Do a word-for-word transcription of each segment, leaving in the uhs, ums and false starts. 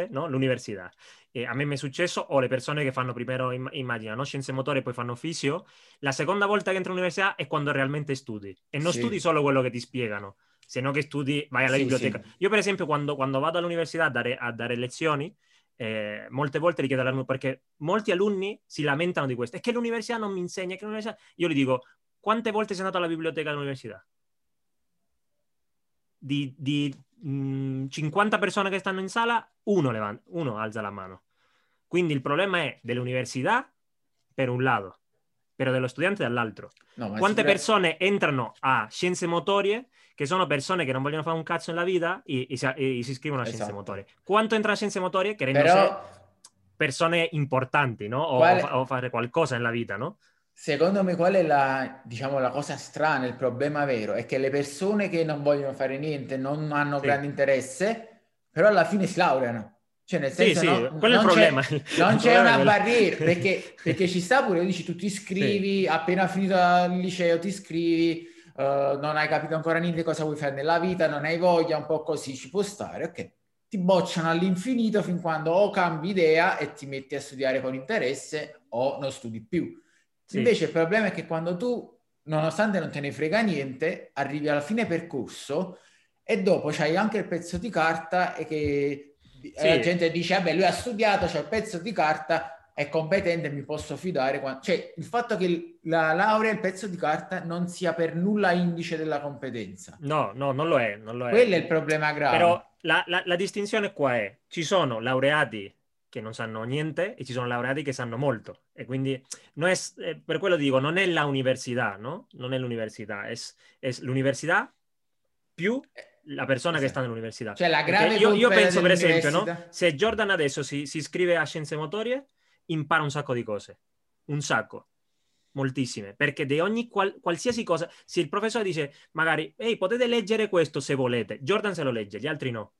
parte, no? L'università. E a me mi è successo, o le persone che fanno primero, imm- immagina, no? Scienze motorie e poi fanno fisio, la seconda volta che entri all'università è quando realmente studi. E non studi Sì, solo quello che ti spiegano, se no che studi, vai alla sì, biblioteca. sì. Io per esempio quando, quando vado all'università a dare, a dare lezioni, eh, molte volte richiedo all'alunno, perché molti alunni si lamentano di questo, è che l'università non mi insegna, è che l'università... Io gli dico, quante volte sei andato alla biblioteca dell'università? Di, di mh, cinquanta persone che stanno in sala, uno, levanta, uno alza la mano. Quindi il problema è dell'università per un lato, però dello studente dall'altro. No, ma Quante sicuramente... persone entrano a scienze motorie, che sono persone che non vogliono fare un cazzo nella vita, e, e si, e si iscrivono a scienze Esatto. motorie? Quanto entra a scienze motorie, querendo Però, sé persone importanti, no? O, o, qual... fa- o fare qualcosa nella vita, no? secondo me qual è la, diciamo, la cosa strana, il problema vero? È che le persone che non vogliono fare niente, non hanno Sì, grande interesse, però alla fine si laureano. Cioè, nel sì, senso, sì, no- quello è il non problema. c'è non Il c'è problema è una quello. barriera, perché, perché ci sta pure, dici, tu ti Sì, iscrivi, appena finito il liceo ti iscrivi, eh, non hai capito ancora niente cosa vuoi fare nella vita, non hai voglia, un po' così, ci può stare, ok. Ti bocciano all'infinito fin quando o cambi idea e ti metti a studiare con interesse o non studi più. sì, Invece il problema è che quando tu, nonostante non te ne frega niente, arrivi alla fine percorso e dopo c'hai anche il pezzo di carta e che e la sì. gente dice, vabbè, lui ha studiato, c'ha il pezzo di carta, è competente, mi posso fidare. Quando... Cioè, il fatto che la laurea, il pezzo di carta, non sia per nulla indice della competenza. No, no, non lo è, non lo è. Quello è il problema grave. Però la, la- la distinzione qua è, ci sono laureati che non sanno niente e ci sono laureati che sanno molto. E quindi non è, eh, per quello dico, non è la università, no? Non è l'università, è, è l'università più la persona che sta Esatto. nell'università. Cioè, la Perché grave io, io colpa era penso, per esempio, no? dell'università. Se Jordan adesso si, si iscrive a scienze motorie, impara un sacco di cose. Un sacco. Moltissime, perché di ogni qual- qualsiasi cosa, se il professore dice magari, ehi, potete leggere questo se volete, Jordan se lo legge, gli altri no.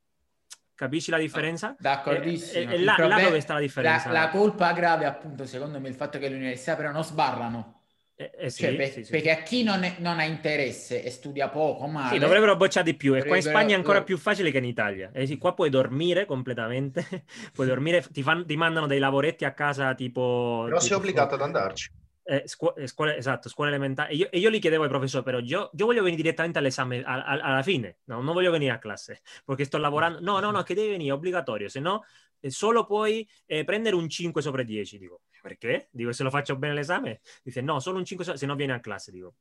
Capisci la No, differenza? E, e- d'accordissimo. e Il là, là problema, dove sta la la, la differenza? colpa grave, appunto, secondo me, è il fatto che le università però non sbarrano. Eh, eh, Cioè, sì, sì, per- sì, perché sì. a chi non, è- non ha interesse e studia poco, Sì, dovrebbero male, bocciare di più. E qua in Spagna è dovrebbero... ancora dov- più facile che in Italia. Eh sì, qua puoi dormire completamente. Puoi dormire, ti, fan- ti mandano dei lavoretti a casa tipo, Però sei tipo obbligato ad andarci. Eh, scuo- eh, scuole, esatto, scuola elementare. E io, e io gli chiedevo ai professori, però io, io voglio venire direttamente all'esame a- a- alla fine, no, non voglio venire a classe perché sto lavorando. No, no, no, che devi venire, è obbligatorio, se no eh, solo puoi eh, prendere un cinque sopra dieci. Dico, perché? Dico, se lo faccio bene l'esame? Dice, no, solo un cinque sopra, se no vieni a classe. Dico,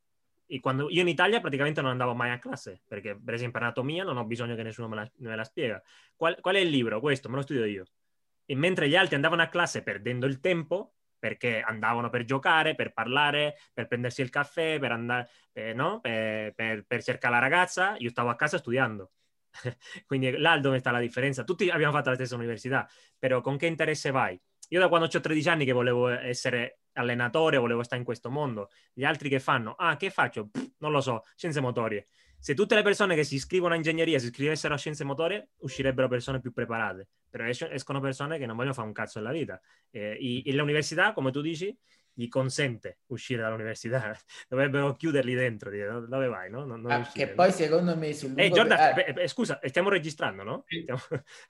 e quando io in Italia praticamente non andavo mai a classe perché, per esempio, anatomia non ho bisogno che nessuno me la, me la spiega. Qual, qual è il libro? Questo me lo studio io. E mentre gli altri andavano a classe perdendo il tempo, perché andavano per giocare, per parlare, per prendersi il caffè, per andare, eh, no? per, per, per cercare la ragazza, io stavo a casa studiando. Quindi là dove sta la differenza. Tutti abbiamo fatto la stessa università, però con che interesse vai? Io da quando ho tredici anni che volevo essere allenatore, volevo stare in questo mondo. Gli altri che fanno? Ah, che faccio? Pff, non lo so, scienze motorie. Se tutte le persone che si iscrivono a ingegneria si iscrivessero a scienze motorie, uscirebbero persone più preparate. Però es- escono persone che non vogliono fare un cazzo nella vita. Eh, i- e l'università, come tu dici, gli consente uscire dall'università. Dovrebbero chiuderli dentro, dire dove vai, no? Non, non ah, che uscire, poi no? secondo me sul Ehi, lungo... per- Giorda, eh, beh, beh, scusa, stiamo registrando, no? Sì. Stiamo,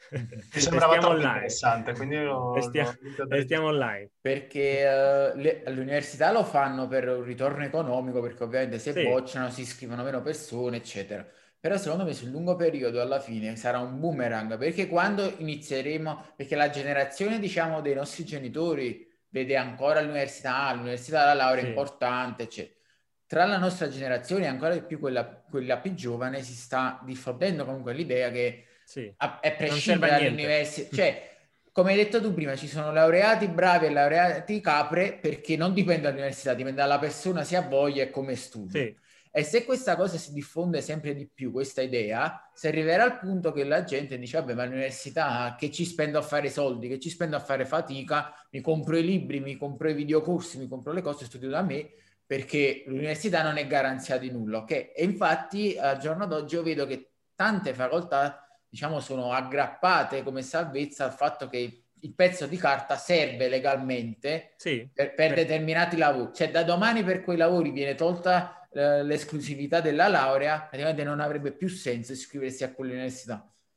Mi sembrava stiamo troppo online. interessante, quindi E l'ho, stia- l'ho iniziato a e stiamo registrare. online. perché eh, le- l'università lo fanno per un ritorno economico, perché ovviamente se Sì, bocciano si iscrivono meno persone, eccetera. Però secondo me sul lungo periodo alla fine sarà un boomerang, perché quando inizieremo, perché la generazione diciamo dei nostri genitori vede ancora l'università, ah, l'università, la laurea è sì, importante, eccetera. Tra la nostra generazione e ancora di più quella, quella più giovane si sta diffondendo comunque l'idea che sì. a, a Non serve a prescindere niente. dall'università, cioè come hai detto tu prima, ci sono laureati bravi e laureati capre perché non dipende dall'università, dipende dalla persona se ha voglia e come studia. Sì, E se questa cosa si diffonde sempre di più, questa idea, si arriverà al punto che la gente dice, vabbè, ma l'università che ci spendo a fare soldi, che ci spendo a fare fatica, mi compro i libri, mi compro i videocorsi, mi compro le cose, studio da me, perché l'università non è garanzia di nulla, ok? E infatti al giorno d'oggi io vedo che tante facoltà diciamo, sono aggrappate come salvezza al fatto che il pezzo di carta serve legalmente sì. per, per Per- determinati lavori. Cioè, da domani per quei lavori viene tolta eh, l'esclusività della laurea, praticamente non avrebbe più senso iscriversi a quell'università.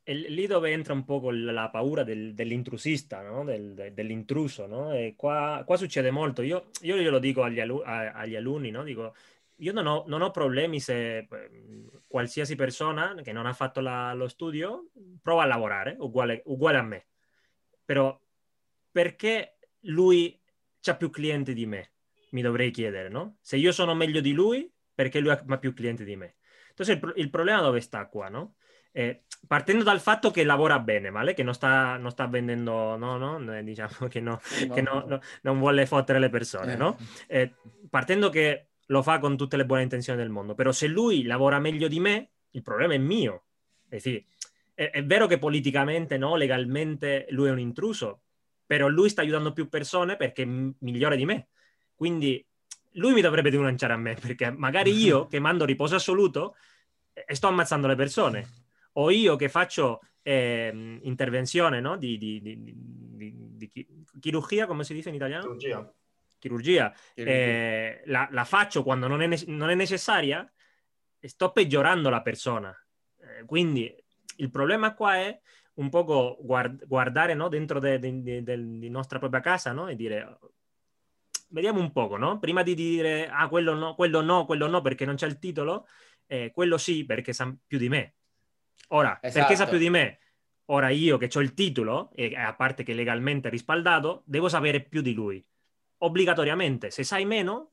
è lì dove entra un po' la paura del, dell'intrusista, no? Del, de, dell'intruso, no? E qua, qua succede molto. Io, io glielo dico agli, alu a, agli alunni, no? Dico, io non ho, non ho problemi se qualsiasi persona che non ha fatto la, lo studio prova a lavorare, uguale, uguale a me. Però perché lui ha più clienti di me? Mi dovrei chiedere, no? Se io sono meglio di lui, perché lui ha più clienti di me? Entonces il, il problema dove sta qua, no? Eh, partendo dal fatto che lavora bene, ¿vale? Che non sta, non sta vendendo, no, no, diciamo che, no, Sì, che no, no, no. no, non vuole fottere le persone, Eh. no? Eh, partendo che lo fa con tutte le buone intenzioni del mondo, però se lui lavora meglio di me, il problema è mio. Eh sì, è, è vero che politicamente, no, legalmente lui è un intruso, però lui sta aiutando più persone perché è migliore di me. Quindi lui mi dovrebbe denunciare a me, perché magari io che mando riposo assoluto e sto ammazzando le persone, o io che faccio eh, intervenzione, no? di, di, di, di, di chirurgia, come si dice in italiano? Chirurgia. Chirurgia. Eh, la, la faccio quando non è, non è necessaria e sto peggiorando la persona. Eh, quindi il problema qua è un poco guard guardare, no? Dentro di de, de, de, de nostra propria casa, no? E dire... Vediamo un poco, no? Prima di dire, ah, quello no, quello no, quello no, perché non c'è il titolo, eh, quello sì, perché sa più di me. Ora, Esatto. perché sa più di me? Ora io che ho il titolo, e a parte che legalmente è rispaldato, devo sapere più di lui. Obbligatoriamente. Se sai meno,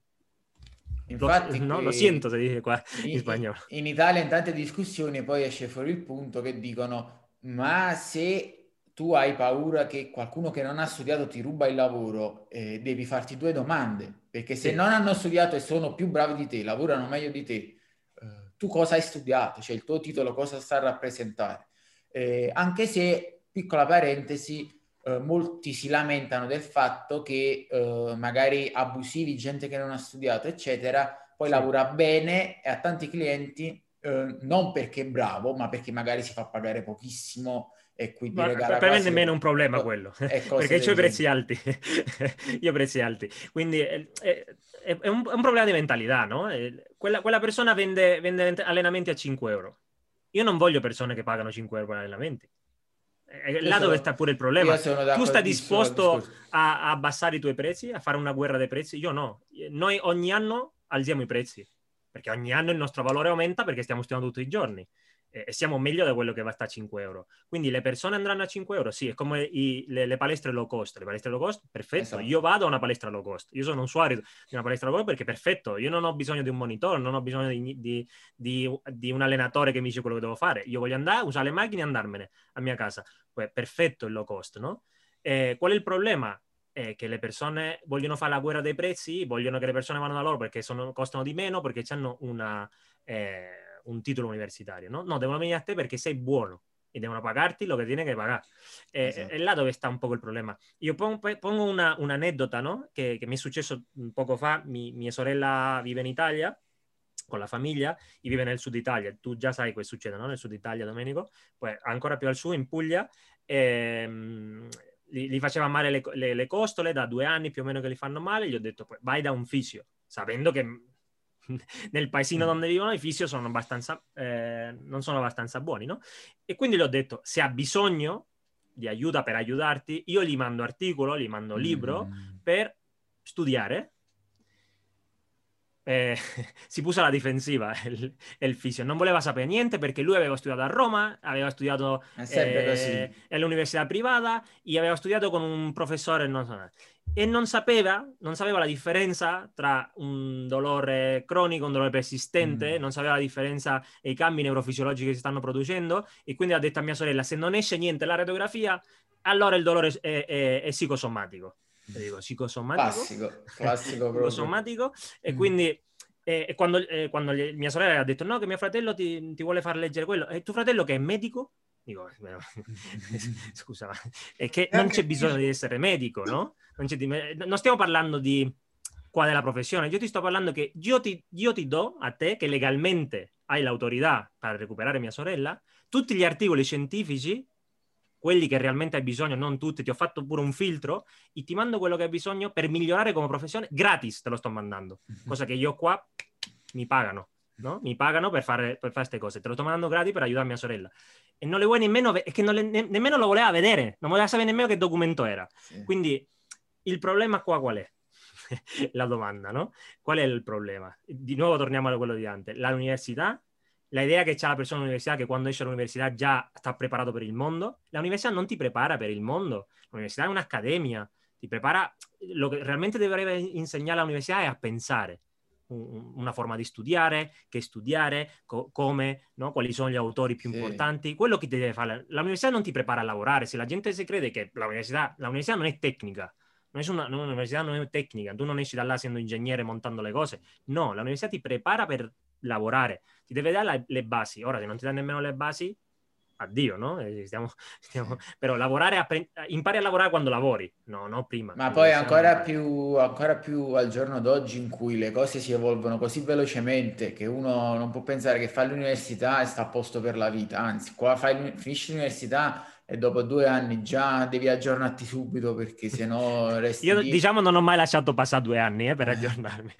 Infatti, lo, no? qui, Lo siento se dice qua in, in spagnolo. In Italia in tante discussioni poi esce fuori il punto che dicono, ma se tu hai paura che qualcuno che non ha studiato ti ruba il lavoro, eh, devi farti due domande, perché se Sì. non hanno studiato e sono più bravi di te, lavorano meglio di te, eh, tu cosa hai studiato? Cioè il tuo titolo cosa sta a rappresentare? Eh, anche se, piccola parentesi, eh, molti si lamentano del fatto che eh, magari abusivi, gente che non ha studiato, eccetera, poi sì. lavora bene e ha tanti clienti, eh, non perché è bravo, ma perché magari si fa pagare pochissimo e quindi Ma, regala per me quasi nemmeno le... un problema quello, perché ho i prezzi alti. Io ho prezzi alti. Quindi è, è, è, un, è un problema di mentalità, no? Quella, quella persona vende, vende allenamenti a cinque euro. Io non voglio persone che pagano cinque euro per allenamenti. È là sono, dove sta pure il problema. Tu stai disposto a, a abbassare i tuoi prezzi, a fare una guerra dei prezzi? Io no. Noi ogni anno alziamo i prezzi, perché ogni anno il nostro valore aumenta perché stiamo studiando tutti i giorni e siamo meglio da quello che va a stare a cinque euro. Quindi le persone andranno a cinque euro? Sì, è come i, le, le palestre low cost. Le palestre low cost, perfetto. Esatto. Io vado a una palestra low cost. Io sono un usuario di una palestra low cost perché perfetto. Io non ho bisogno di un monitor, non ho bisogno di, di, di, di un allenatore che mi dice quello che devo fare. Io voglio andare, usare le macchine e andarmene a mia casa. Poi, perfetto il low cost, no? Eh, qual è il problema? È che le persone vogliono fare la guerra dei prezzi, vogliono che le persone vadano da loro perché sono, costano di meno, perché hanno una... Eh, un titolo universitario, no? No, devono venire a te perché sei buono e devono pagarti lo che tiene che pagare. E, esatto. È là dove sta un po' il problema. Io pongo, pongo una, un'aneddota, no? Che, che mi è successo poco fa. Mi, mia sorella vive in Italia con la famiglia e vive nel sud Italia. Tu già sai che succede, no? Nel sud Italia, Domenico. Poi ancora più al su, in Puglia, ehm, gli, gli faceva male le, le, le costole da due anni più o meno che li fanno male. Gli ho detto, poi, vai da un fisio, sapendo che nel paesino dove vivono i fisio sono abbastanza, eh, non sono abbastanza buoni, no? E quindi gli ho detto, se ha bisogno di aiuto per aiutarti, io gli mando articolo, gli mando libro mm. per studiare. Eh, si puso alla difensiva il, il fisio, non voleva sapere niente perché lui aveva studiato a Roma, aveva studiato eh, all'università privata e aveva studiato con un professore non so, e non sapeva, non sapeva la differenza tra un dolore cronico e un dolore persistente, mm. non sapeva la differenza e i cambi neurofisiologici che si stanno producendo e quindi ha detto a mia sorella, se non esce niente la radiografia allora il dolore è, è, è psicosomatico. Dico, psicosomatico, classico, classico psicosomatico e quindi eh, quando, eh, quando gli, mia sorella ha detto no che mio fratello ti, ti vuole far leggere quello e tuo fratello che è medico? Dico, scusa, è che non c'è bisogno di essere medico, no? Non, c'è di, non stiamo parlando di qual è la professione, io ti sto parlando che io ti, io ti do a te che legalmente hai l'autorità per recuperare mia sorella tutti gli articoli scientifici, quelli che realmente hai bisogno, non tutti, ti ho fatto pure un filtro e ti mando quello che hai bisogno per migliorare come professione, gratis te lo sto mandando, cosa che io qua mi pagano no? Mi pagano per fare per fare queste cose, te lo sto mandando gratis per aiutare mia sorella. E non le vuoi nemmeno, è che non le, ne, nemmeno lo voleva vedere, non voleva sapere nemmeno che documento era. Sì. Quindi il problema qua qual è? La domanda, no? Qual è il problema? Di nuovo torniamo a quello di antes. L'università, la idea che c'ha la persona all'università, che quando esce dall'università già sta preparato per il mondo, l'università non ti prepara per il mondo. L'università è un'accademia, ti prepara, lo che realmente dovrebbe insegnare l'università è a pensare, una forma di studiare, che studiare, co- come, no? Quali sono gli autori più Sì. importanti, quello che ti deve fare. L'università non ti prepara a lavorare. Se la gente si crede che l'università, l'università non è tecnica, non è una, l'università non è tecnica, tu non esci da là essendo ingegnere montando le cose, no, l'università ti prepara per lavorare, ti deve dare la, le basi. Ora se non ti dà nemmeno le basi, addio, no? Stiamo, stiamo... Però lavorare, appre... impari a lavorare quando lavori, no, no prima. Ma poi ancora più, ancora più al giorno d'oggi, in cui le cose si evolvono così velocemente che uno non può pensare che fa l'università e sta a posto per la vita, anzi, qua fai, finisci l'università e dopo due anni già devi aggiornarti subito, perché sennò resti Io lì. diciamo non ho mai lasciato passare due anni eh, per aggiornarmi.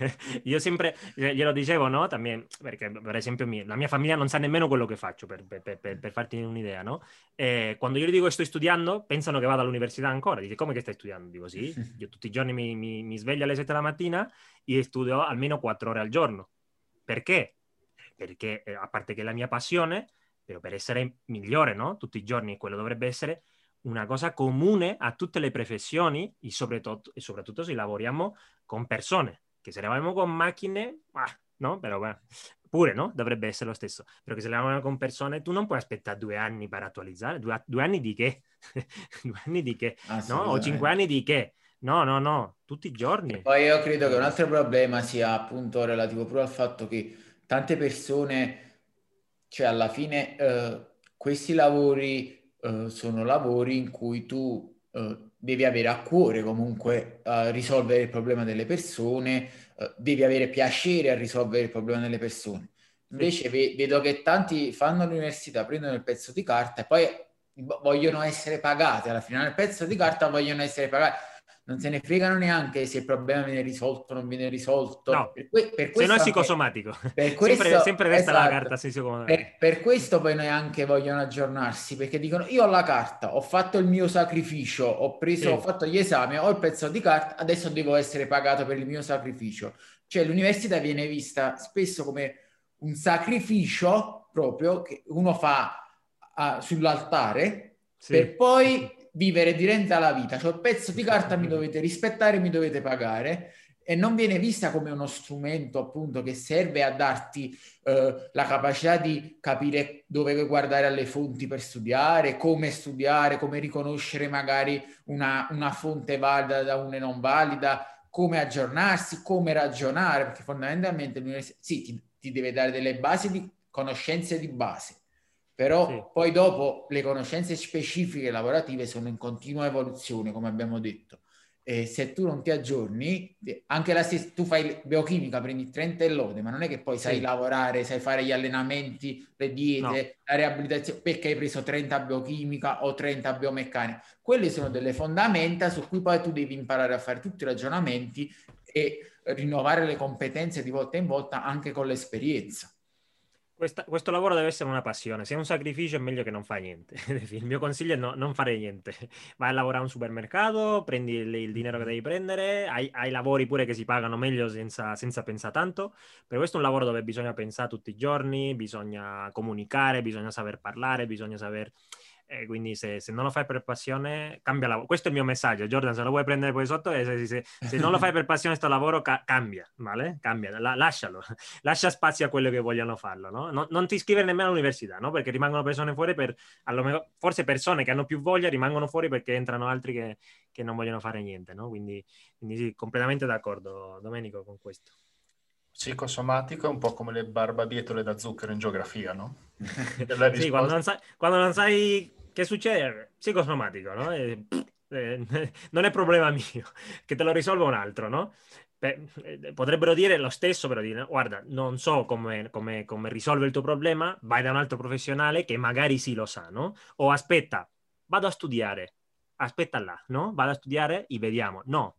Io sempre glielo dicevo, no? También, perché per esempio mia, la mia famiglia non sa nemmeno quello che faccio, per, per, per, per farti un'idea, no? E quando io gli dico che sto studiando, pensano che vado all'università ancora. Dice, come che stai studiando? Dico, sì, io tutti i giorni mi, mi, mi sveglio alle sette della mattina e studio almeno quattro ore al giorno. Perché? Perché, eh, a parte che è la mia passione, però per essere migliore, no? Tutti i giorni, quello dovrebbe essere una cosa comune a tutte le professioni e soprattutto, e soprattutto se lavoriamo con persone, che se lavoriamo con macchine, ah, no? Però beh, pure, no? Dovrebbe essere lo stesso. Però che se lavoriamo con persone, tu non puoi aspettare due anni per attualizzare. Due, due anni di che? Due anni di che? No? O cinque anni di che? No, no, no, tutti i giorni. E poi io credo che un altro problema sia appunto relativo proprio al fatto che tante persone, cioè alla fine eh, questi lavori eh, sono lavori in cui tu eh, devi avere a cuore comunque eh, risolvere il problema delle persone, eh, devi avere piacere a risolvere il problema delle persone. Invece ve- vedo che tanti fanno l'università, prendono il pezzo di carta e poi vogliono essere pagati, alla fine il pezzo di carta vogliono essere pagati. Non se ne fregano neanche se il problema viene risolto o non viene risolto. No, per, que- per se no è questo anche- psicosomatico. per questo, sempre, sempre resta la esatto. carta psicosomatico. Per, per questo poi noi anche vogliono aggiornarsi, perché dicono io ho la carta, ho fatto il mio sacrificio, ho preso, Sì. ho fatto gli esami, ho il pezzo di carta, adesso devo essere pagato per il mio sacrificio. Cioè l'università viene vista spesso come un sacrificio proprio che uno fa ah, sull'altare, Sì. per poi vivere diretta la vita. Cioè il pezzo di carta mi dovete rispettare, mi dovete pagare, e non viene vista come uno strumento appunto che serve a darti eh, la capacità di capire dove guardare alle fonti per studiare, come studiare, come riconoscere magari una, una fonte valida da una non valida, come aggiornarsi, come ragionare, perché fondamentalmente l'università sì, ti, ti deve dare delle basi di conoscenze di base, però Sì. poi dopo le conoscenze specifiche lavorative sono in continua evoluzione, come abbiamo detto. E se tu non ti aggiorni, anche la stessa, tu fai biochimica, prendi trenta e lode, ma non è che poi sai Sì. lavorare, sai fare gli allenamenti, le diete, No. la riabilitazione, perché hai preso trenta biochimica o trenta biomeccanica. Quelle sono delle fondamenta su cui poi tu devi imparare a fare tutti i ragionamenti e rinnovare le competenze di volta in volta anche con l'esperienza. Questa, questo lavoro deve essere una passione, se è un sacrificio è meglio che non fai niente. Il mio consiglio è no, non fare niente. Vai a lavorare a un supermercato, prendi il, il dinero che devi prendere, hai, hai lavori pure che si pagano meglio senza, senza pensare tanto, però questo è un lavoro dove bisogna pensare tutti i giorni, bisogna comunicare, bisogna saper parlare, bisogna saper... Eh, quindi se, se non lo fai per passione, cambia lavoro. Questo è il mio messaggio, Jordan, se lo vuoi prendere poi sotto, eh, se, se, se non lo fai per passione sto lavoro, ca- cambia, vale? Cambia, la, lascialo, lascia spazio a quello che vogliono farlo, no? Non, non ti iscrivere nemmeno all'università, no? Perché rimangono persone fuori per, allo, forse persone che hanno più voglia rimangono fuori perché entrano altri che, che non vogliono fare niente, no? Quindi, quindi sì, completamente d'accordo, Domenico, con questo. Psicosomatico è un po' come le barbabietole da zucchero in geografia, no? Sì, quando non, sai, quando non sai che succede, psicosomatico, no? E, eh, non è problema mio, che te lo risolva un altro, no? Beh, potrebbero dire lo stesso, però dire, guarda, non so come, come, come risolve il tuo problema, vai da un altro professionale che magari sì lo sa, no? O aspetta, vado a studiare, aspetta là, no? Vado a studiare e vediamo. No,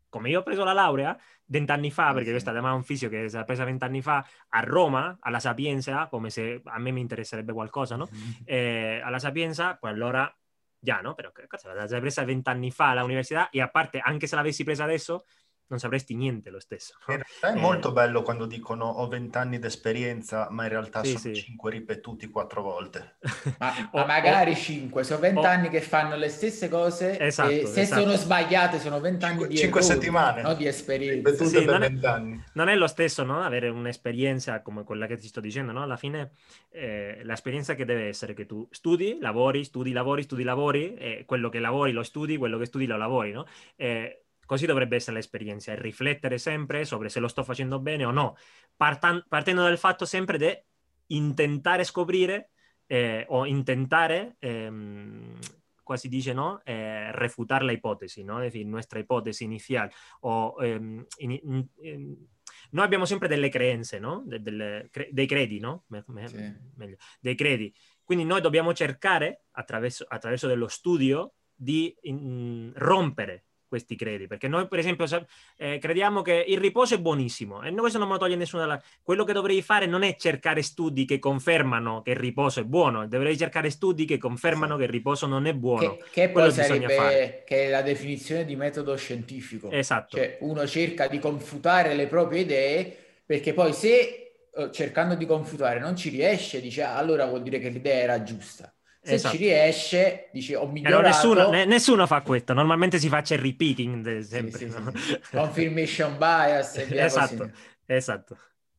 come io ho preso la laurea vent'anni fa, Eh, perché sì. questa è un fisio che si è presa vent'anni fa a Roma, alla Sapienza, come se a me mi interesserebbe qualcosa, no? Eh, alla Sapienza, poi allora, già, no? Però cazzo, la sei presa vent'anni fa all'università e a parte, anche se l'avessi presa adesso, non sapresti niente lo stesso, no? In realtà è Eh, molto bello quando dicono ho vent'anni d'esperienza, ma in realtà sì, sono sì. cinque ripetuti quattro volte. Ma, O- ma magari o- cinque, sono vent'anni o- che fanno le stesse cose e Esatto, se sono esatto. sbagliate sono vent'anni Cinque, di cinque errori, non settimane di esperienza. ripetute Sì, per non è, vent'anni. non è lo stesso, no? Avere un'esperienza come quella che ti sto dicendo, no? Alla fine, eh, l'esperienza che deve essere che tu studi, lavori, studi, lavori, studi, lavori, e quello che lavori lo studi, quello che studi lo lavori, no? Eh, così dovrebbe essere l'esperienza, e riflettere sempre sobre se lo sto facendo bene o no, partan- partendo dal fatto sempre di intentare scoprire eh, o intentare, ehm, quasi dice, no? Eh, refutar la ipotesi, no? Es decir, nuestra ipotesi inicial o ehm, in, in, in, noi abbiamo sempre delle creenze, no? De, delle, cre, dei credi, no? Me, me, Sì. meglio, dei credi. Quindi noi dobbiamo cercare, attraverso, attraverso dello studio, di in, rompere questi credi, perché noi per esempio eh, crediamo che il riposo è buonissimo e questo non me lo toglie nessuno dalla... Quello che dovrei fare non è cercare studi che confermano che il riposo è buono, dovrei cercare studi che confermano Esatto. che il riposo non è buono. Che, che Quello poi bisogna fare. sarebbe che è la definizione di metodo scientifico. Esatto. Cioè uno cerca di confutare le proprie idee perché poi se eh, cercando di confutare non ci riesce, dice ah, allora vuol dire che l'idea era giusta. Se ci Esatto. riesce, dice ho Però nessuno, ne- migliorato. nessuno fa questo, normalmente si fa cherry picking de- Sì, sempre, sì, sì, no? sì. Confirmation bias e via Esatto, così. esatto.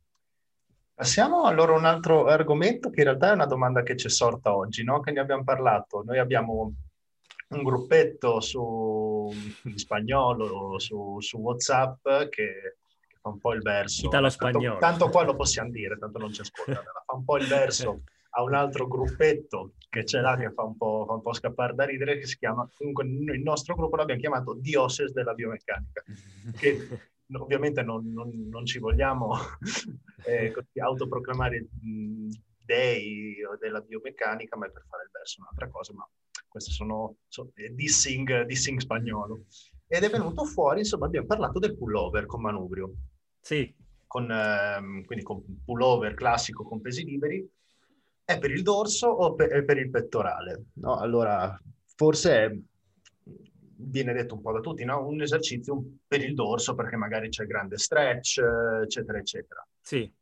Passiamo allora a un altro argomento che in realtà è una domanda che ci è sorta oggi, no? Che ne abbiamo parlato. Noi abbiamo un gruppetto su in spagnolo su, su WhatsApp che, che fa un po' il verso. Beh, tanto, Italo-spagnolo. tanto qua lo possiamo dire, tanto non ci ascoltano. Fa un po' il verso a un altro gruppetto che c'è là che fa un po', fa un po' scappare da ridere, che si chiama, comunque noi il nostro gruppo l'abbiamo chiamato Dioses della biomeccanica, che ovviamente non, non, non ci vogliamo eh, così autoproclamare mh, dei della biomeccanica, ma è per fare il verso un'altra cosa, ma queste sono, sono eh, dissing, dissing spagnolo. Ed è venuto fuori, insomma, abbiamo parlato del pullover con manubrio. Sì. Con, ehm, quindi con pullover classico con pesi liberi. È per il dorso o per, è per il pettorale? No? Allora, forse è, viene detto un po' da tutti, no? Un esercizio per il dorso perché magari c'è grande stretch, eccetera, eccetera. Sì.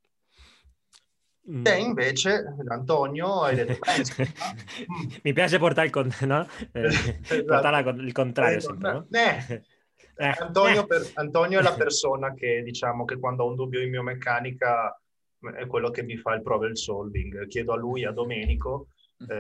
Te invece, Antonio, hai detto, beh, insomma, mm. Mi piace portare il, con- no? eh, Esatto. portare il contrario Detto, sempre, no? eh, Eh, Antonio, eh. per, Antonio è la persona che, diciamo, che quando ho un dubbio in biomeccanica è quello che mi fa il problem solving. Chiedo a lui, a Domenico,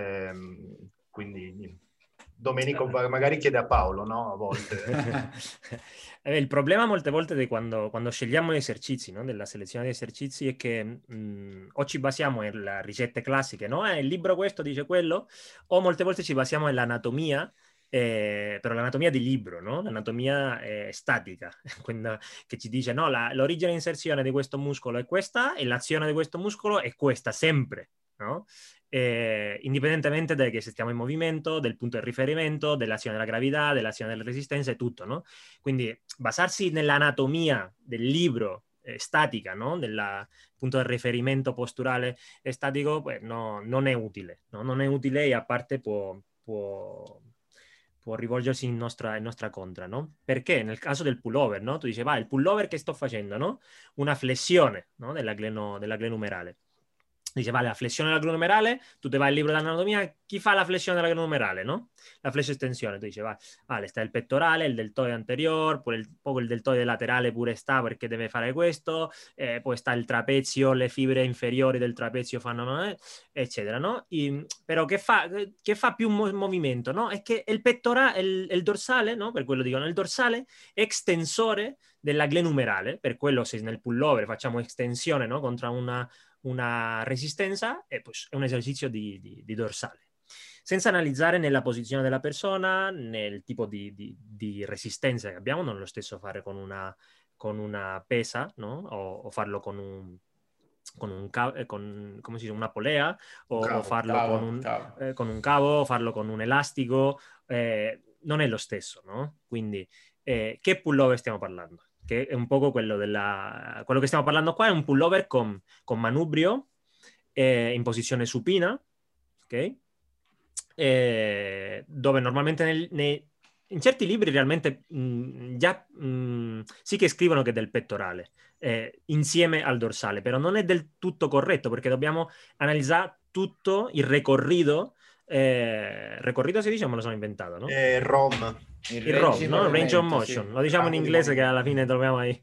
ehm, quindi Domenico magari chiede a Paolo, no? A volte. Eh, il problema molte volte di quando, quando scegliamo gli esercizi, no? Della selezione di esercizi è che mh, o ci basiamo nelle ricette classiche, no? Eh, il libro questo dice quello, o molte volte ci basiamo nell'anatomia, eh, però l'anatomia del libro, no? L'anatomia eh, statica, quindi, che ci dice no, la, l'origine e inserzione di questo muscolo è questa e l'azione di questo muscolo è questa sempre, no? Eh, indipendentemente da che se stiamo in movimento, del punto di riferimento, dell'azione della gravità, dell'azione della resistenza e tutto, no? Quindi basarsi nell'anatomia del libro eh, statica, no? Del punto di riferimento posturale e statico, pues, no, non è utile, no? Non è utile e a parte può, può, può rivolgersi in nostra, in nostra contra, no? Perché nel caso del pullover, no? Tu dici, va, il pullover che sto facendo, no? Una flessione, no? Della, gleno, della glenumerale. Dice, vale, la flessione della glenumerale, tu te vai al libro dell'anatomia, chi fa la flessione della glenumerale, no? La flessio-estensione, tu dici, va, vale, sta il pettorale, il deltoide anterior, poi il, poi il deltoide laterale pure sta perché deve fare questo, eh, poi sta il trapezio, le fibre inferiori del trapezio fanno, eh, eccetera, no? I, però che fa, che fa più mo- movimento, no? È che il pettorale, il, il dorsale, no? Per quello dicono, il dorsale è estensore della glenumerale, per quello se nel pullover facciamo estensione, no? Contro una una resistenza e pues, è un esercizio di, di, di dorsale, senza analizzare nella posizione della persona, nel tipo di, di, di resistenza che abbiamo. Non è lo stesso fare con una, con una pesa, no? o, o farlo con un con un cavo, con, come si dice, una polea o, Cavo, o farlo cavo, con, un, cavo. eh, con un cavo, o farlo con un elastico, eh, non è lo stesso, no? Quindi Eh, che pullover stiamo parlando? Che è un poco quello della... Quello che stiamo parlando qua è un pullover con, con manubrio eh, in posizione supina, ok? Eh, dove normalmente nel, nei, in certi libri realmente mh, già mh, sì che scrivono che è del pettorale eh, insieme al dorsale, però non è del tutto corretto perché dobbiamo analizzare tutto il recorrido. Eh, recorrido si dice o me lo sono inventato, no? Eh, ROM. Il Il range ROM, di no? Range of movimento, motion, sì. lo diciamo in Rango di inglese che movimento. alla fine troviamo il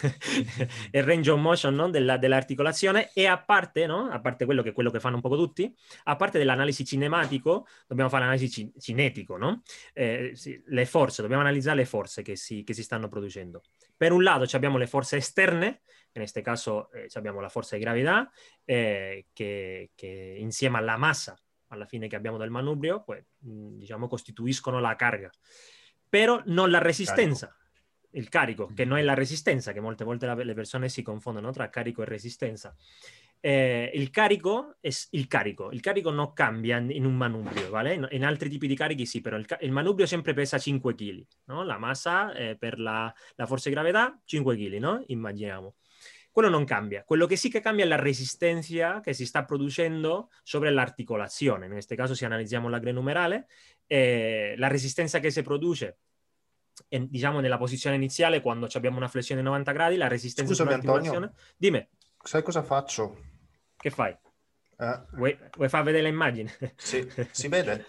range of motion, no? Della, dell'articolazione, e a parte, no? A parte quello che, quello che fanno un poco tutti, a parte dell'analisi cinematico, dobbiamo fare l'analisi ci- cinetico, no? Eh, sì, le forze, dobbiamo analizzare le forze che si, che si stanno producendo. Per un lato abbiamo le forze esterne, in questo caso eh, abbiamo la forza di gravità, eh, che, che insieme alla massa alla fine che abbiamo del manubrio, poi, diciamo, costituiscono la carga, però non la resistenza, carico. Il carico, che non è la resistenza, che molte volte la, le persone si confondono tra carico e resistenza. Eh, il carico è il carico, il carico non cambia in un manubrio, ¿vale? In, in altri tipi di carichi sì, però il, il manubrio sempre pesa cinque chili, no? La massa eh, per la, la forza di gravità cinque chili, no? Immaginiamo. Quello non cambia. Quello che sì che cambia è la resistencia che si sta producendo sobre l'articolazione. In questo caso, se analizziamo la grenumerale, eh, la resistenza che si produce, eh, diciamo, nella posizione iniziale, quando abbiamo una flessione di novanta gradi, la resistenza Scusami, sull'articolazione... Antonio. Dimmi. Sai cosa faccio? Che fai? Eh, Vuoi, vuoi far vedere l'immagine? sì, si vede?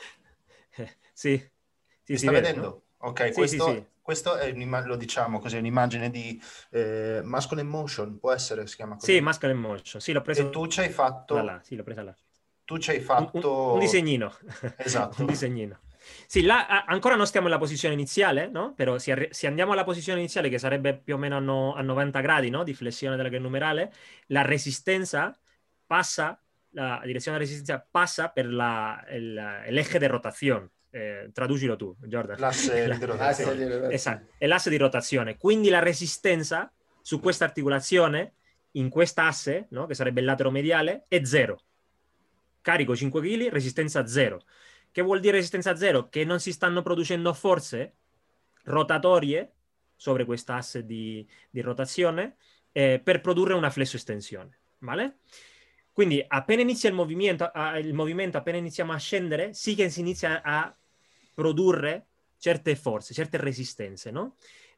Sì, sì, Si si sta vede, vedendo? no? Ok, Sì, questo, sì, sì. questo è un'imma- lo diciamo così, un'immagine di eh, Muscle in Motion, può essere, si chiama così? Sì, Muscle in Motion. Sì, l'ho E preso tu ci hai da fatto, là. Sì, l'ho presa là. tu ci hai Un, un, un fatto, disegnino. esatto, Un disegnino. Sì, là a, ancora non stiamo nella posizione iniziale, no? Però se, arri- se andiamo alla posizione iniziale, che sarebbe più o meno a, no- a novanta gradi, no? Di flessione della grenumerale, la resistenza passa, la direzione della resistenza passa per la, el, el eje de rotazione. Eh, traducilo tu, Jordan. l'asse La- di L'asse rotazione. di rotazione. esatto, è l'asse di rotazione. Quindi la resistenza su questa articolazione, in questa asse, no? Che sarebbe il lato mediale, è zero. Carico cinque chili, resistenza zero. Che vuol dire resistenza zero? Che non si stanno producendo forze rotatorie sopra questa asse di, di rotazione eh, per produrre una flessoestensione, vale? Quindi appena inizia il movimento, a, il movimento, appena iniziamo a scendere, sì che si inizia a produrre certe forze, certe resistenze, no?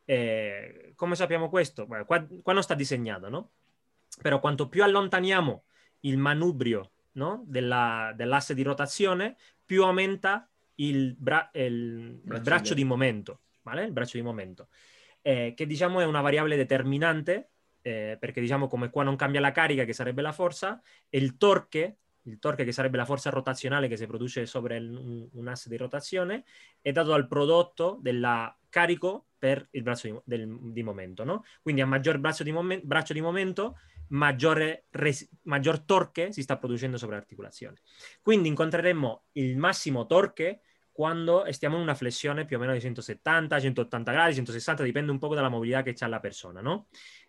Eh, come sappiamo questo? Beh, qua, qua non sta disegnato, no? Però quanto più allontaniamo il manubrio, no? Della, dell'asse di rotazione, più aumenta il, bra- il, il braccio di momento, vale? Il braccio di momento, eh, che diciamo è una variabile determinante, eh, perché diciamo come qua non cambia la carica, che sarebbe la forza, e il torque, il torque che sarebbe la forza rotazionale che si produce sopra il, un, un asse di rotazione, è dato dal prodotto della carico per il braccio di, del, di momento, no? Quindi a maggior braccio di, momen- braccio di momento, maggiore res- maggior torque si sta producendo sopra l'articolazione. Quindi incontreremo il massimo torque quando stiamo in una flessione più o meno di centosettanta, centottanta gradi, centosessanta, dipende un po' dalla mobilità che ha la persona, no?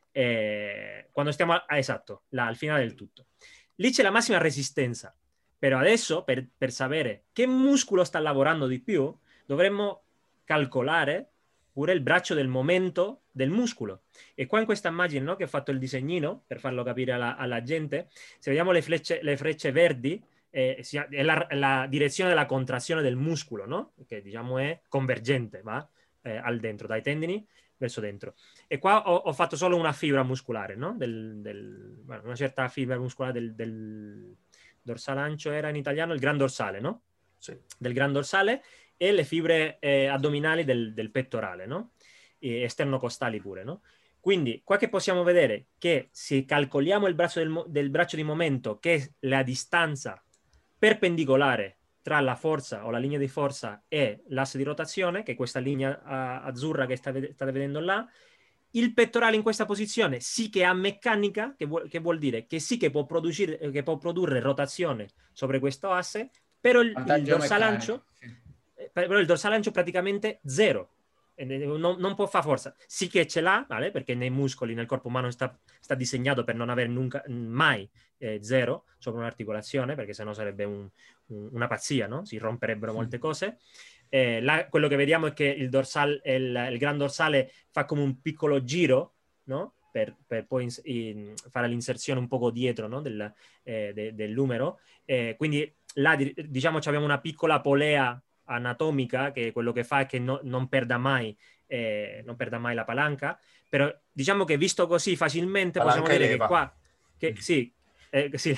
Eh, quando stiamo, a, ah, esatto, là, al finale del tutto. Lì c'è la massima resistenza, però adesso per, per sapere che muscolo sta lavorando di più, dovremmo calcolare pure il braccio del momento del muscolo. E qua in questa immagine, no, che ho fatto il disegnino per farlo capire alla, alla gente, se vediamo le frecce, le frecce verdi, eh, è la, la direzione della contrazione del muscolo, no? Che diciamo è convergente, va? Eh, al dentro, dai tendini verso dentro. E qua ho, ho fatto solo una fibra muscolare, no? Del, del, bueno, una certa fibra muscolare del, del dorsalancio, era in italiano il gran dorsale, no? Sì. Del gran dorsale, e le fibre eh, addominali del, del pettorale, no? E esternocostali pure, no? Quindi qua che possiamo vedere che se calcoliamo il braccio del, del braccio di momento, che è la distanza perpendicolare tra la forza o la linea di forza e l'asse di rotazione, che è questa linea uh, azzurra che state, state vedendo là, il pettorale in questa posizione sì che ha meccanica, che vuol, che vuol dire che sì che può, produrre, che può produrre rotazione sopra questo asse, però il, il dorsalancio sì. però il dorsalancio praticamente zero. Non, non può fare forza. Sì che ce l'ha, vale? Perché nei muscoli, nel corpo umano sta, sta disegnato per non avere nunca, mai eh, zero sopra un'articolazione, perché sennò sarebbe un, un, una pazzia, no? Si romperebbero molte cose. eh, là, quello che vediamo è che il, dorsal, il, il gran dorsale fa come un piccolo giro, no? Per, per poi in, in, fare l'inserzione un poco dietro, no? del, eh, de, del numero. Eh, quindi là, diciamo, abbiamo una piccola polea anatomica che quello che fa è che no, non perda mai eh, non perda mai la palanca, però diciamo che visto così facilmente Palanca possiamo dire eleva. che qua che, sì, eh, sì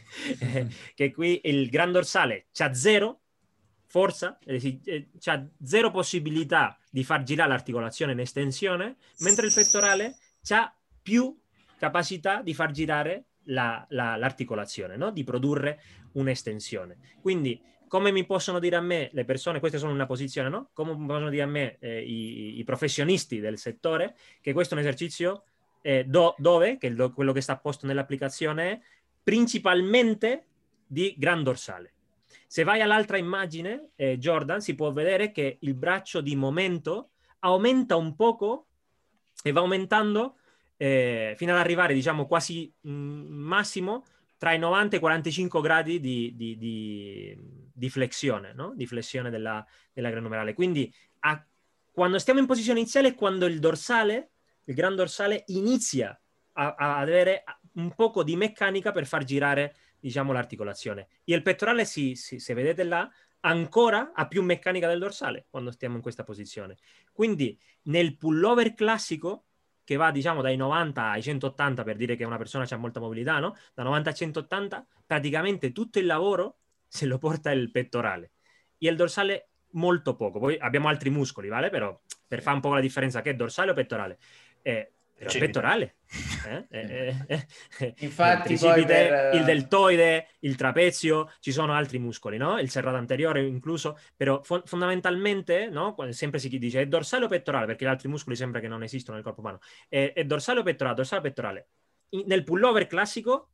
eh, che qui il gran dorsale c'ha zero forza, eh, c'ha zero possibilità di far girare l'articolazione in estensione, mentre il pettorale c'ha più capacità di far girare la, la, l'articolazione, no? Di produrre un'estensione. Quindi come mi possono dire a me le persone, queste sono una posizione, no? Come possono dire a me eh, i, i professionisti del settore che questo è un esercizio eh, do, dove, che il, quello che sta posto nell'applicazione è principalmente di gran dorsale. Se vai all'altra immagine, eh, Jordan, si può vedere che il braccio di momento aumenta un poco e va aumentando eh, fino ad arrivare, diciamo, quasi mh, massimo tra i novanta e i quarantacinque gradi di, di, di, di flessione, no? Di flessione della, della glenomerale. Quindi a, quando stiamo in posizione iniziale è quando il dorsale, il gran dorsale, inizia a, a avere un poco di meccanica per far girare, diciamo, l'articolazione. E il pettorale, sì, sì, se vedete là, ancora ha più meccanica del dorsale quando stiamo in questa posizione. Quindi nel pullover classico, che va, diciamo, dai novanta ai centottanta, per dire che una persona ha molta mobilità, no? Da novanta a centottanta, praticamente tutto il lavoro se lo porta il pettorale. E il dorsale molto poco. Poi abbiamo altri muscoli, vale? Però per fare un po' la differenza, che è dorsale o pettorale? Eh, però il pettorale. Eh? Eh, eh, eh. Infatti il poi per... il deltoide, il trapezio, ci sono altri muscoli, no? Il serrato anteriore incluso, però fo- fondamentalmente, no? Sempre si dice è dorsale o pettorale, perché gli altri muscoli sembra che non esistono nel corpo umano. È, è dorsale o pettorale? Dorsale o pettorale? In, nel pullover classico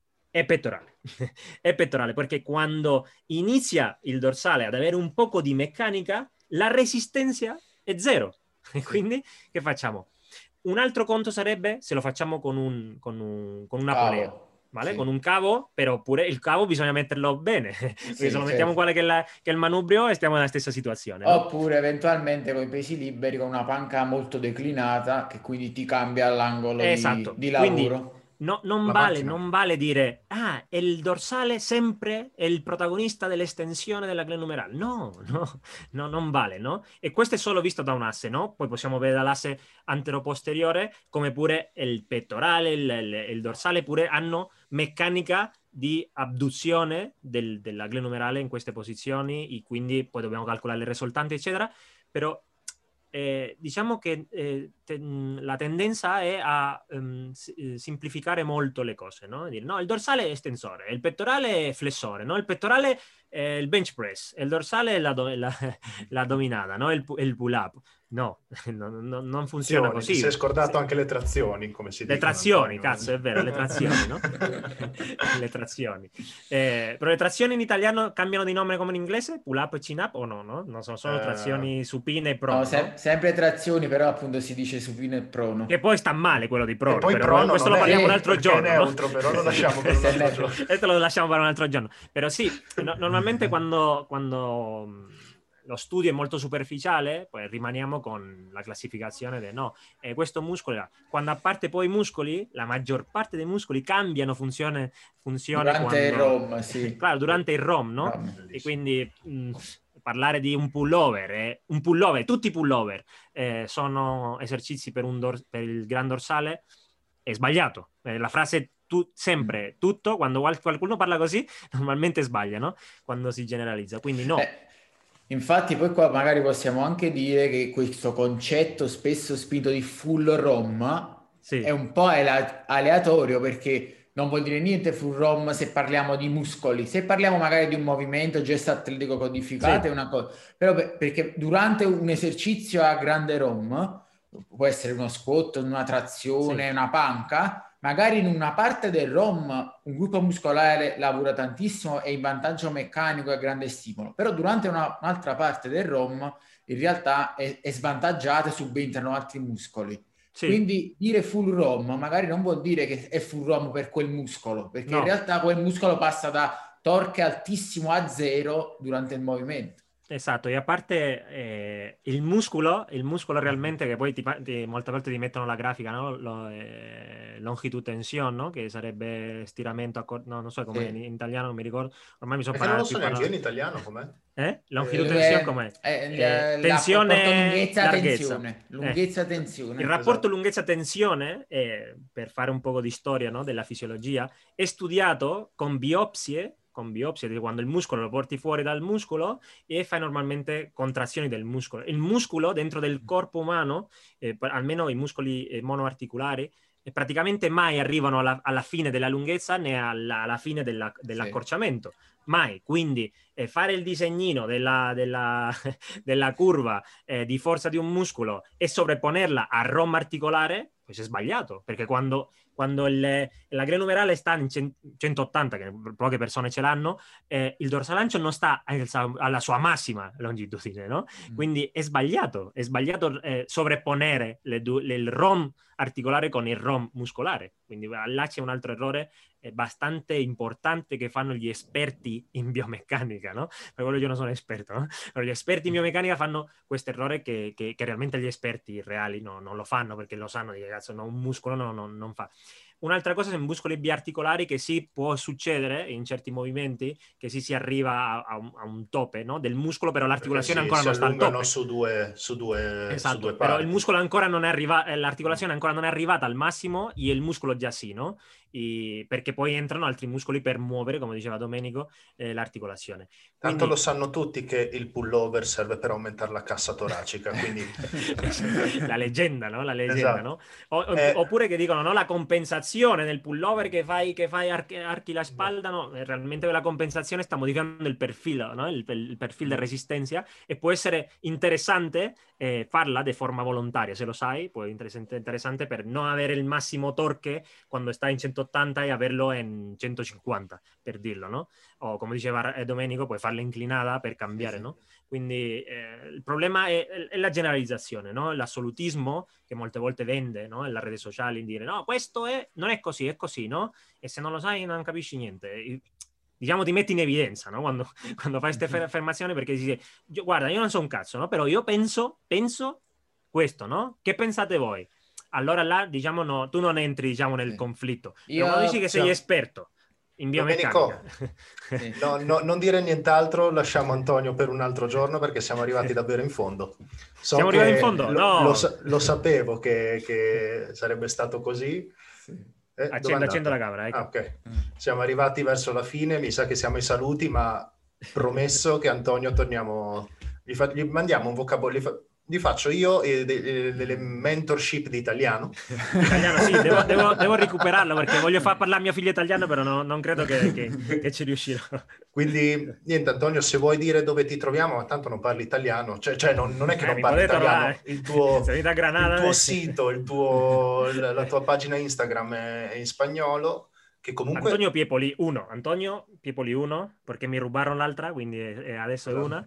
è pettorale. È pettorale, perché quando inizia il dorsale ad avere un poco di meccanica, la resistenza è zero. E quindi che facciamo? Un altro conto sarebbe se lo facciamo con, un, con, un, con una Cavo, polea, vale? sì. Con un cavo, però pure il cavo bisogna metterlo bene, perché Sì, se lo certo. mettiamo quale che, la, che è il manubrio e stiamo nella stessa situazione, no? Oppure eventualmente con i pesi liberi, con una panca molto declinata, che quindi ti cambia l'angolo Esatto, di, di quindi lavoro. no, non, La vale, macchina. non vale dire ah, è il dorsale sempre è il protagonista dell'estensione della glenomerale. No, no, no, non vale, no? E questo è solo visto da un asse, no? Poi possiamo vedere dall'asse anteroposteriore come pure il pettorale, il, il, il dorsale pure hanno meccanica di abduzione del, della glenomerale in queste posizioni e quindi poi dobbiamo calcolare le risultanti, eccetera, però Eh, diciamo che eh, te, la tendenza è a um, semplificare molto le cose, no? Dire, no, il dorsale è estensore, il pettorale è flessore, no? Il pettorale è il bench press, il dorsale è la, do, la, la dominata, no? Il, il pull up. No, no, no, non funziona Trazioni, così. ti sei scordato Se... anche le trazioni, come si Le dicono, trazioni, Antonio. cazzo, è vero, le trazioni, no? Le trazioni. Eh, però le trazioni in italiano cambiano di nome come in inglese? Pull up e chin up o no? no? Non sono solo Eh, trazioni supine e prono, No, se- no? sempre trazioni, però appunto si dice supino e prono. Che poi sta male quello di prono, E poi però prono questo lo non è- parliamo un sì, altro perché giorno, è no? neutro, però lo lasciamo per un Se altro ne- giorno. Questo lo lasciamo per un altro giorno. Però sì, no- normalmente quando, quando mh, lo studio è molto superficiale, poi rimaniamo con la classificazione del no. Eh, questo muscolo, quando a parte poi i muscoli, la maggior parte dei muscoli cambiano funzione, funzione Durante il quando... ROM, sì. Claro, durante il ROM, no? ROM. E quindi mh, parlare di un pullover, eh, un pullover, tutti i pullover eh, sono esercizi per, un dor- per il gran dorsale, è sbagliato. Eh, la frase tu- sempre tutto, quando qual- qualcuno parla così, normalmente sbaglia, no? Quando si generalizza. Quindi no. Eh, infatti poi qua magari possiamo anche dire che questo concetto spesso spinto di full ROM Sì. è un po' ale- aleatorio, perché non vuol dire niente full ROM se parliamo di muscoli. Se parliamo magari di un movimento gesto atletico codificato Sì. è una cosa, però per- perché durante un esercizio a grande ROM, può essere uno squat, una trazione, Sì. una panca, magari in una parte del ROM un gruppo muscolare lavora tantissimo e in vantaggio meccanico e grande stimolo, però durante una, un'altra parte del ROM in realtà è, è svantaggiata e subentrano altri muscoli. Sì. Quindi dire full ROM magari non vuol dire che è full ROM per quel muscolo, perché No. in realtà quel muscolo passa da torque altissimo a zero durante il movimento. Esatto, e a parte eh, il muscolo, il muscolo realmente che poi ti, pa- ti- molte volte ti mettono la grafica, no? Lo, eh, longitude tension, no? Che sarebbe stiramento, accor- no, non so come in, Sì. in italiano, non mi ricordo, ormai mi sono Perché non lo parlato so più neanche io in parlato. italiano com'è. Eh? Longitude Eh, tension Dove com'è? è, Eh, il- il rapporto tensione, larghezza. lunghezza-tensione. Eh. Lunghezza-tensione. Il rapporto Esatto. lunghezza-tensione, eh, per fare un po' di storia, no, della fisiologia, è studiato con biopsie, con biopsie di quando il muscolo lo porti fuori dal muscolo e fai normalmente contrazioni del muscolo. Il muscolo dentro del corpo umano, eh, per- almeno i muscoli eh, monoarticolari, eh, praticamente mai arrivano alla, alla fine della lunghezza né alla, alla fine della- dell'accorciamento. Mai. Quindi eh, fare il disegnino della, della, della curva eh, di forza di un muscolo e sovrapponerla a ROM articolare, pues è sbagliato, perché quando, quando il, la grenumerale sta in centottanta, che poche persone ce l'hanno, eh, il dorsalancio non sta alla sua massima longitudine, no? Mm. Quindi è sbagliato, è sbagliato eh, sovrapponere le du- le, il ROM articolare con il ROM muscolare. Quindi là c'è un altro errore eh, bastante importante che fanno gli esperti in biomeccanica, no? Per quello io non sono esperto, no? Però gli esperti in biomeccanica fanno questo errore che, che, che realmente gli esperti reali no, non lo fanno, perché lo sanno di che cazzo no, un muscolo no, no, non fa. Un'altra cosa sono muscoli biarticolari, che sì, può succedere in certi movimenti che sì si arriva a, a, un, a un tope, no, del muscolo, però l'articolazione sì, ancora si non sta al allungano tope. su due, su due, Esatto, su due però parti. il muscolo ancora non è arrivato, l'articolazione ancora non è arrivata al massimo e il muscolo già sì, no? E perché poi entrano altri muscoli per muovere, come diceva Domenico, eh, l'articolazione. Quindi... Tanto lo sanno tutti che il pullover serve per aumentare la cassa toracica, quindi... la leggenda, no? La leggenda, esatto. no? O, eh... Oppure che dicono, no? La compensazione nel pullover che fai, che fai archi, archi la spalla, no? Realmente la compensazione sta modificando il perfilo, no? Il, il perfil di resistenza, e può essere interessante eh, farla di forma volontaria, se lo sai, può essere interessante per non avere il massimo torque quando stai in centottanta e averlo in centocinquanta, per dirlo, no? O come diceva Domenico, puoi farla inclinata per cambiare, no? Quindi eh, il problema è, è la generalizzazione, no? L'assolutismo che molte volte vende, no? Nella rete sociale, in dire no, questo è, non è così, è così, no? E se non lo sai non capisci niente. Diciamo ti metti in evidenza, no? Quando, quando fai queste affermazioni, perché dici, guarda, io non so un cazzo, no? Però io penso, penso questo, no? Che pensate voi? Allora là, diciamo, no, tu non entri, diciamo, nel sì. conflitto. Io, però quando dici che sei esperto in biomeccanica... Sì. No, no, non dire nient'altro, lasciamo Antonio per un altro giorno perché siamo arrivati davvero in fondo. So siamo arrivati in fondo? Lo, no! Lo, lo sapevo che, che sarebbe stato così. Eh, accendo, accendo la camera. Ecco. Ah, ok. Siamo arrivati verso la fine, mi sa che siamo ai saluti, ma promesso che Antonio torniamo... Gli, fa, gli mandiamo un vocabolario... Li faccio io eh, de, delle mentorship di italiano. Italiano, sì, devo, devo, devo recuperarlo perché voglio far parlare mio figlio italiano, però no, non credo che, che, che ci riuscirò. Quindi, niente, Antonio, se vuoi dire dove ti troviamo, ma tanto non parli italiano, cioè, cioè non, non è che eh, non parli italiano, trovare. il tuo, Granada, il tuo eh. sito, il tuo, la, la tua pagina Instagram è, è in spagnolo. Che comunque... Antonio Piepoli uno, Antonio Piepoli uno, perché mi rubarono l'altra, quindi eh, adesso è una.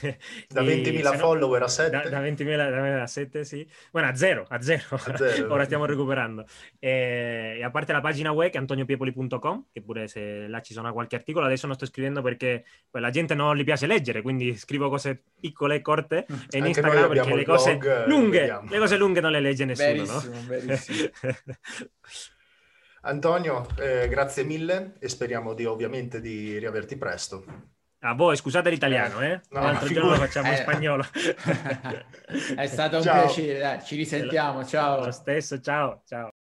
Da ventimila no, follower a sette? Da, da ventimila a sette, sì. Bueno, a zero, a zero. A zero. Ora stiamo recuperando. E, e a parte la pagina web, che è antoniopiepoli punto com, che pure se là ci sono qualche articolo, adesso non sto scrivendo perché poi la gente non gli piace leggere, quindi scrivo cose piccole e corte, e in Anche Instagram perché le cose blog, lunghe, le cose lunghe non le legge nessuno, verissimo, no? Verissimo. Antonio, eh, grazie mille e speriamo di ovviamente di riaverti presto. A voi, scusate l'italiano, eh? No, L'altro giorno lo facciamo eh. in spagnolo. È stato un ciao. piacere, dai, ci risentiamo, ciao. Lo stesso, ciao, ciao.